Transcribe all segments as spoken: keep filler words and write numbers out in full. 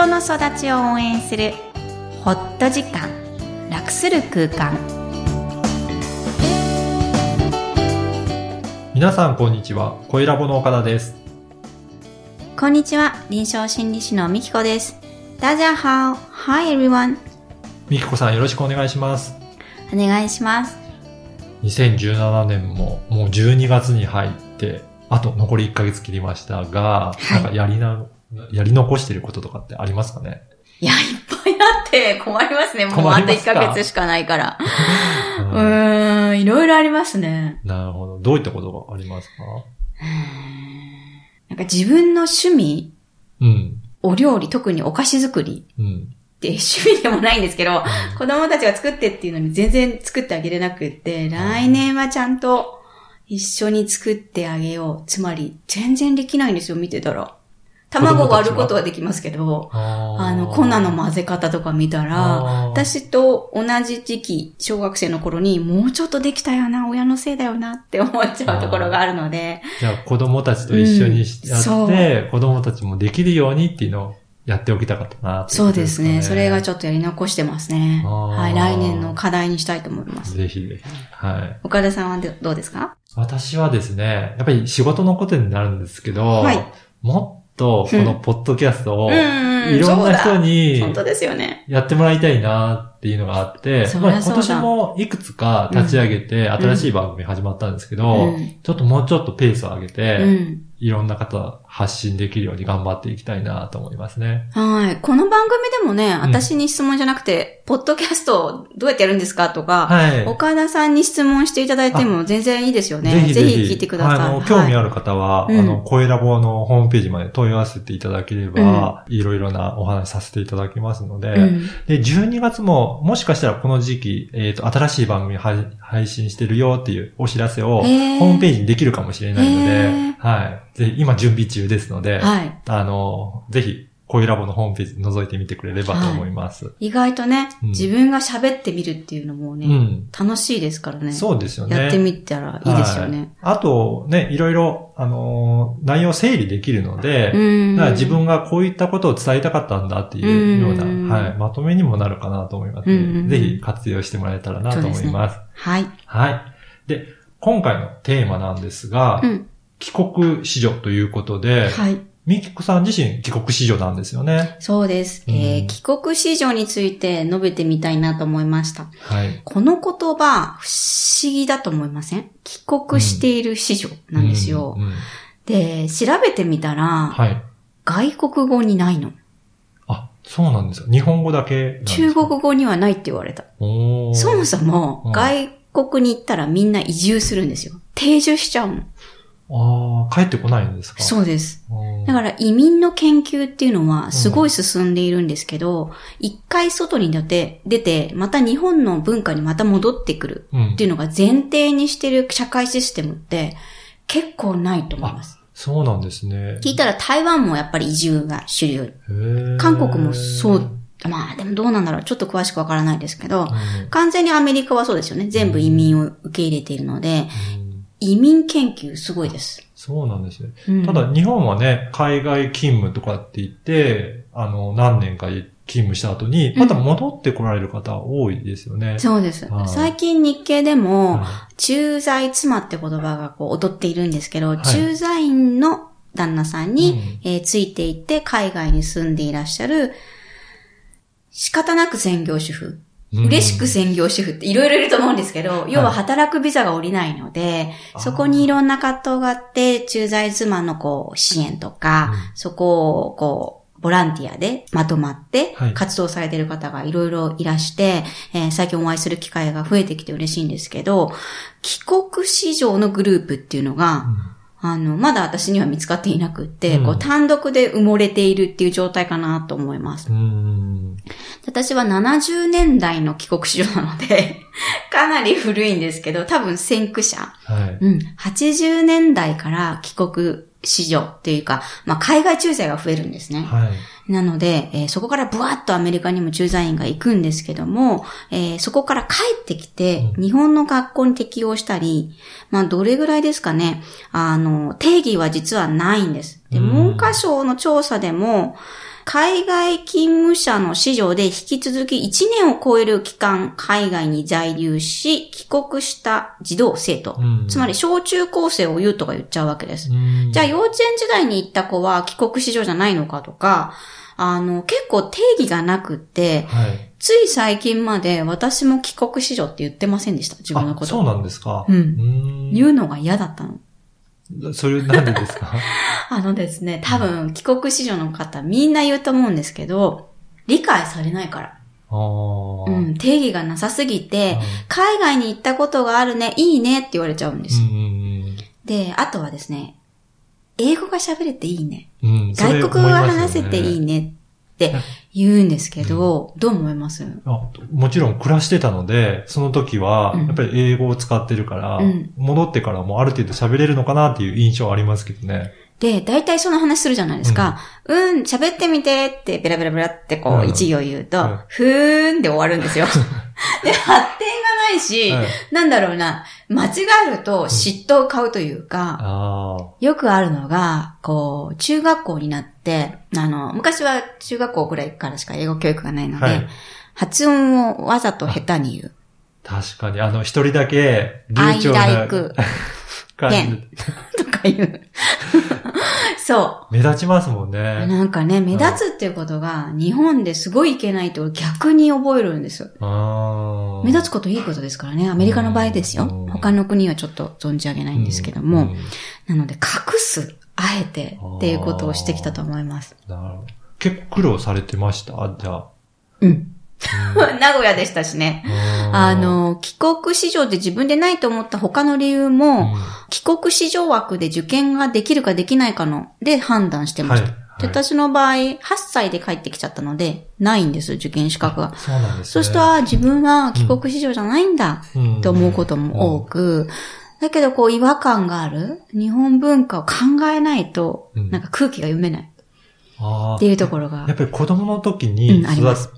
人の育ちを応援するホット時間、楽する空間。 皆さんこんにちは、声ラボの岡田です。 こんにちは、臨床心理士のみきこです。大家好。Hi everyone。 みきこさんよろしくお願いします。 お願いします。 にせんじゅうななねんももうじゅうにがつに入ってあと残りいっかげつ切りましたが、はい、なんかやりなやり残してることとかってありますかね？ いや、いっぱいあって困りますね。もうあといっかげつしかないから。うーん、いろいろありますね。 なるほど。どういったことがありますか？ なんか自分の趣味、 うん、 お料理、特にお菓子作り、うん、って趣味でもないんですけど、うん、子供たちが作ってっていうのに全然作ってあげれなくって、来年はちゃんと一緒に作ってあげよう。つまり全然できないんですよ、見てたら。卵を割ることはできますけど、あ, あの、粉の混ぜ方とか見たら、私と同じ時期、小学生の頃にもうちょっとできたよな、親のせいだよなって思っちゃうところがあるので。 じゃあ子供たちと一緒にやって、うん、子供たちもできるようにっていうのをやっておきたかったな、ね。 そうですね。それがちょっとやり残してますね。はい。来年の課題にしたいと思います。 ぜひぜひ。はい。 岡田さんはどうですか？ 私はですね、やっぱり仕事のことになるんですけど、はい、もっとこのポッドキャストをいろんな人にやってもらいたいなっていうのがあって、まあ、今年もいくつか立ち上げて新しい番組始まったんですけど、うん、ちょっともうちょっとペースを上げて、うん、いろんな方発信できるように頑張っていきたいなと思いますね。 はい。この番組でもね、私に質問じゃなくて、うん、ポッドキャストどうやってやるんですかとか、はい、岡田さんに質問していただいても全然いいですよね。ぜひぜひ聞いてください。 あの、興味ある方は、はい、あの、声ラボのホームページまで問い合わせていただければ、いろいろなお話させていただきますので、うん、で、じゅうにがつももしかしたらこの時期、えっと、新しい番組配信してるよっていうお知らせをホームページにできるかもしれないので、はい。ぜひ、今準備中ですので、はい、あの、ぜひ、声ラボのホームページ覗いてみてくれればと思います。はい、 意外とね、うん、自分が喋ってみるっていうのもね、うん、楽しいですからね。 そうですよね。 やってみたらいいですよね。 はい、あとね、いろいろ、あのー、内容整理できるので、うんだから自分がこういったことを伝えたかったんだっていうような、うはい、まとめにもなるかなと思いますので、ぜひ活用してもらえたらなと思います。 ね、はい。 はい。で、今回のテーマなんですが、うん帰国子女ということで、はい。みきこさん自身帰国子女なんですよね。 そうです、うんえー。帰国子女について述べてみたいなと思いました。はい。この言葉、不思議だと思いません？帰国している子女なんですよ。うんうんうん、で、調べてみたら、はい。外国語にないの。 あ、そうなんですよ。日本語だけなんですか？ 中国語にはないって言われた。おーそもそも、外国に行ったらみんな移住するんですよ。定住しちゃうの。 ああ、帰ってこないんですか？ そうです。だから移民の研究っていうのはすごい進んでいるんですけど、一、うん、回外に出て、出て、また日本の文化にまた戻ってくるっていうのが前提にしてる社会システムって結構ないと思います。 そうなんですね。 聞いたら台湾もやっぱり移住が主流。韓国もそう。まあでもどうなんだろう。ちょっと詳しくわからないですけど、うん、完全にアメリカはそうですよね。全部移民を受け入れているので、うん移民研究すごいです。 そうなんですね。うん、ただ日本はね、海外勤務とかって言って、あの、何年か勤務した後に、また戻ってこられる方多いですよね。 うん、そうです。最近日経でも、はい、駐在妻って言葉がこう踊っているんですけど、はい、駐在員の旦那さんに、うんえー、ついていって海外に住んでいらっしゃる、仕方なく専業主婦。嬉しく専業主婦っていろいろいると思うんですけど、要は働くビザが下りないので、はい、そこにいろんな葛藤があって、駐在妻のこう支援とか、うん、そこをこう、ボランティアでまとまって活動されている方がいろいろいらして、えー、最近お会いする機会が増えてきて嬉しいんですけど、帰国子女のグループっていうのが、うんあの、まだ私には見つかっていなくって、うん、こう単独で埋もれているっていう状態かなと思います。うん私はななじゅうねんだいの帰国子女なので、かなり古いんですけど、多分先駆者。はいうん、はちじゅうねんだいから帰国子女っていうか、まあ海外駐在が増えるんですね。はいなので、えー、そこからブワッとアメリカにも駐在員が行くんですけども、えー、そこから帰ってきて、日本の学校に適用したり、まあどれぐらいですかね、あの、定義は実はないんです。で、文科省の調査でも、 海外勤務者の子女で引き続きいちねんを超える期間海外に在留し、帰国した児童生徒。うん、つまり小中高生を言うとか言っちゃうわけです。うん、じゃあ幼稚園時代に行った子は帰国子女じゃないのかとか、あの、結構定義がなくって、はい、つい最近まで私も帰国子女って言ってませんでした、自分のこと。 そうなんですか。 うん。うん言うのが嫌だったの。 それなんでですか？ あのですね、多分帰国子女の方みんな言うと思うんですけど、理解されないから。あうん、定義がなさすぎて、海外に行ったことがあるね、いいねって言われちゃうんですよ。うんで、あとはですね、英語が喋れていいね。うん、外国語が話せていいねって言うんですけど、うん、どう思います？ あもちろん暮らしてたので、その時は、やっぱり英語を使ってるから、うん、戻ってからもある程度喋れるのかなっていう印象ありますけどね。 で、大体その話するじゃないですか。うん、うん、喋ってみてってベラベラベラってこう一行言うと、うん、ふーんで終わるんですよ。で、発展がないし、はい、なんだろうな、間違えると嫉妬を買うというか、うん、よくあるのが、こう、中学校になって、あの、昔は中学校くらいからしか英語教育がないので、はい、発音をわざと下手に言う。 確かに、あの、一人だけ、流暢な I like ペンとか言う。そう。 目立ちますもんね。 なんかね、目立つっていうことが日本ですごいいけないと逆に覚えるんです。あ目立つこといいことですからね。アメリカの場合ですよ。他の国はちょっと存じ上げないんですけども。なので隠す、あえてっていうことをしてきたと思います。 なるほど。結構苦労されてましたじゃあ。 うん。名古屋でしたしね。あの、帰国子女で自分でないと思った他の理由も、うん、帰国子女枠で受験ができるかできないかので判断してました。はいはい、で私の場合、はっさいで帰ってきちゃったので、ないんです、受験資格が。 そうなんですね。 そうすると、自分は帰国子女じゃないんだ、うん、と思うことも多く、うん、だけどこう違和感がある日本文化を考えないと、なんか空気が読めない。っていうところが。 やっぱり子供の時に育った、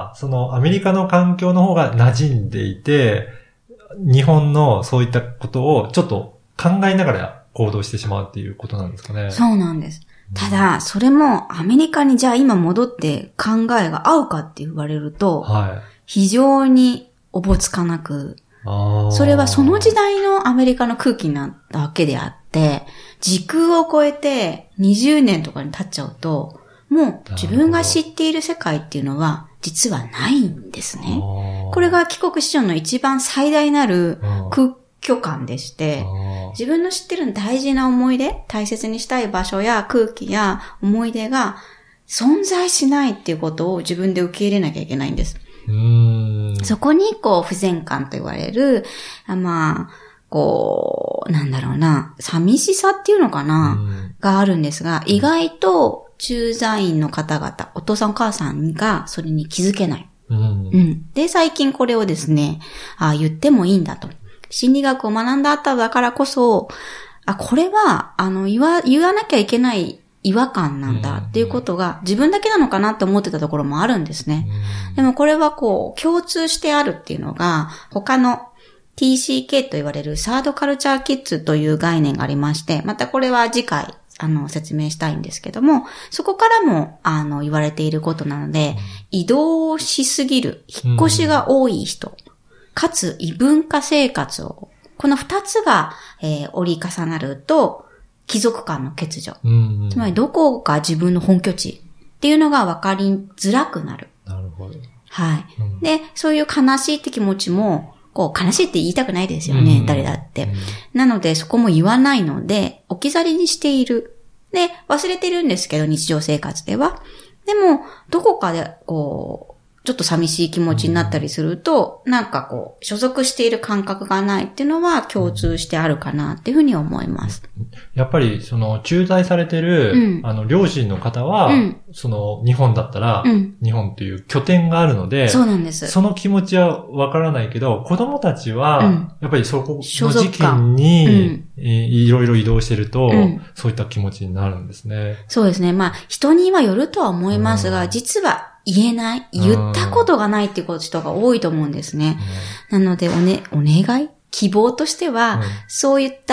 うん、そのアメリカの環境の方が馴染んでいて、日本のそういったことをちょっと考えながら行動してしまうっていうことなんですかね。 そうなんです。ただ、それもアメリカにじゃあ今戻って考えが合うかって言われると、はい、非常におぼつかなく、それはその時代のアメリカの空気になったわけであって、時空を超えてにじゅうねんとかに経っちゃうと、もう自分が知っている世界っていうのは実はないんですね。これが帰国子女の一番最大なる空虚感でして、自分の知ってる大事な思い出、大切にしたい場所や空気や思い出が存在しないっていうことを自分で受け入れなきゃいけないんです。うーんそこにこう不全感と言われる、まあ、こう、なんだろうな、寂しさっていうのかな、があるんですが、意外と駐在員の方々、お父さんお母さんがそれに気づけない。うんうん、で、最近これをですね、あ言ってもいいんだと。心理学を学んだ後だからこそ、あ、これは、あの、言わ、言わなきゃいけない違和感なんだっていうことが自分だけなのかなって思ってたところもあるんですね。でもこれはこう、共通してあるっていうのが、他のティーシーケー と言われるサードカルチャーキッズという概念がありまして、またこれは次回、あの、説明したいんですけども、そこからも、あの、言われていることなので、移動しすぎる、引っ越しが多い人、かつ異文化生活を、この二つが、えー、折り重なると、貴族間の欠如。うんうん、つまりどこが自分の本拠地っていうのが分かりづらくなる。 なるほど。 はい。うん、で、そういう悲しいって気持ちも、こう、悲しいって言いたくないですよね、うん、誰だって、うん。なので、そこも言わないので、置き去りにしている。で、忘れてるんですけど、日常生活では。でも、どこかで、こう、ちょっと寂しい気持ちになったりすると、うん、なんかこう、所属している感覚がないっていうのは共通してあるかなっていうふうに思います。 やっぱり、その、駐在されてる、うん、あの、両親の方は、うん、その、日本だったら、うん、日本っていう拠点があるので、 そうなんです。 その気持ちはわからないけど、子供たちは、うん、やっぱりそこの時期に、うん、いろいろ移動してると、うん、そういった気持ちになるんですね。 そうですね。まあ、人にはよるとは思いますが、うん、実は、言えない、言ったことがないっていう人が多いと思うんですね。うん、なので、おね、お願い希望としては、うん、そういった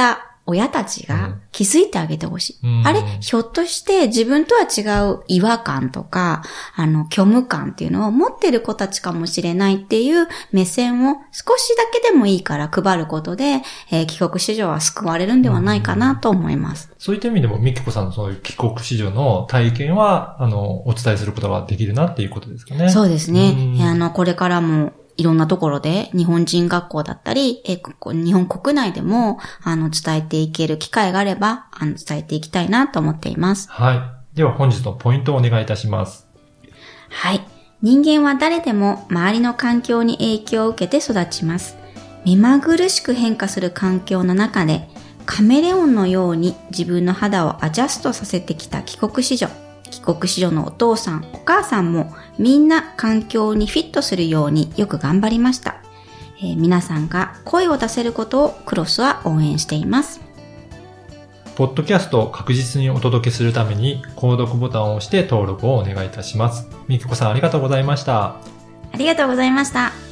親たちが気づいてあげてほしい、 うん。 あれ、ひょっとして自分とは違う違和感とか、あの、虚無感っていうのを持ってる子たちかもしれないっていう目線を少しだけでもいいから配ることで、えー、帰国子女は救われるんではないかなと思います。 うん、そういった意味でも、みきこさんのそういう帰国子女の体験は、あの、お伝えすることができるなっていうことですかね。 そうですね。うん、あの、これからも、いろんなところで日本人学校だったり、え日本国内でもあの伝えていける機会があればあの伝えていきたいなと思っています。 はい。では本日のポイントをお願いいたします。 はい。人間は誰でも周りの環境に影響を受けて育ちます。目まぐるしく変化する環境の中でカメレオンのように自分の肌をアジャストさせてきた帰国子女。帰国子女のお父さん、お母さんもみんな環境にフィットするようによく頑張りました。えー、皆さんが声を出せることをクロスは応援しています。 ポッドキャストを確実にお届けするために購読ボタンを押して登録をお願いいたします。みきこさんありがとうございました。 ありがとうございました。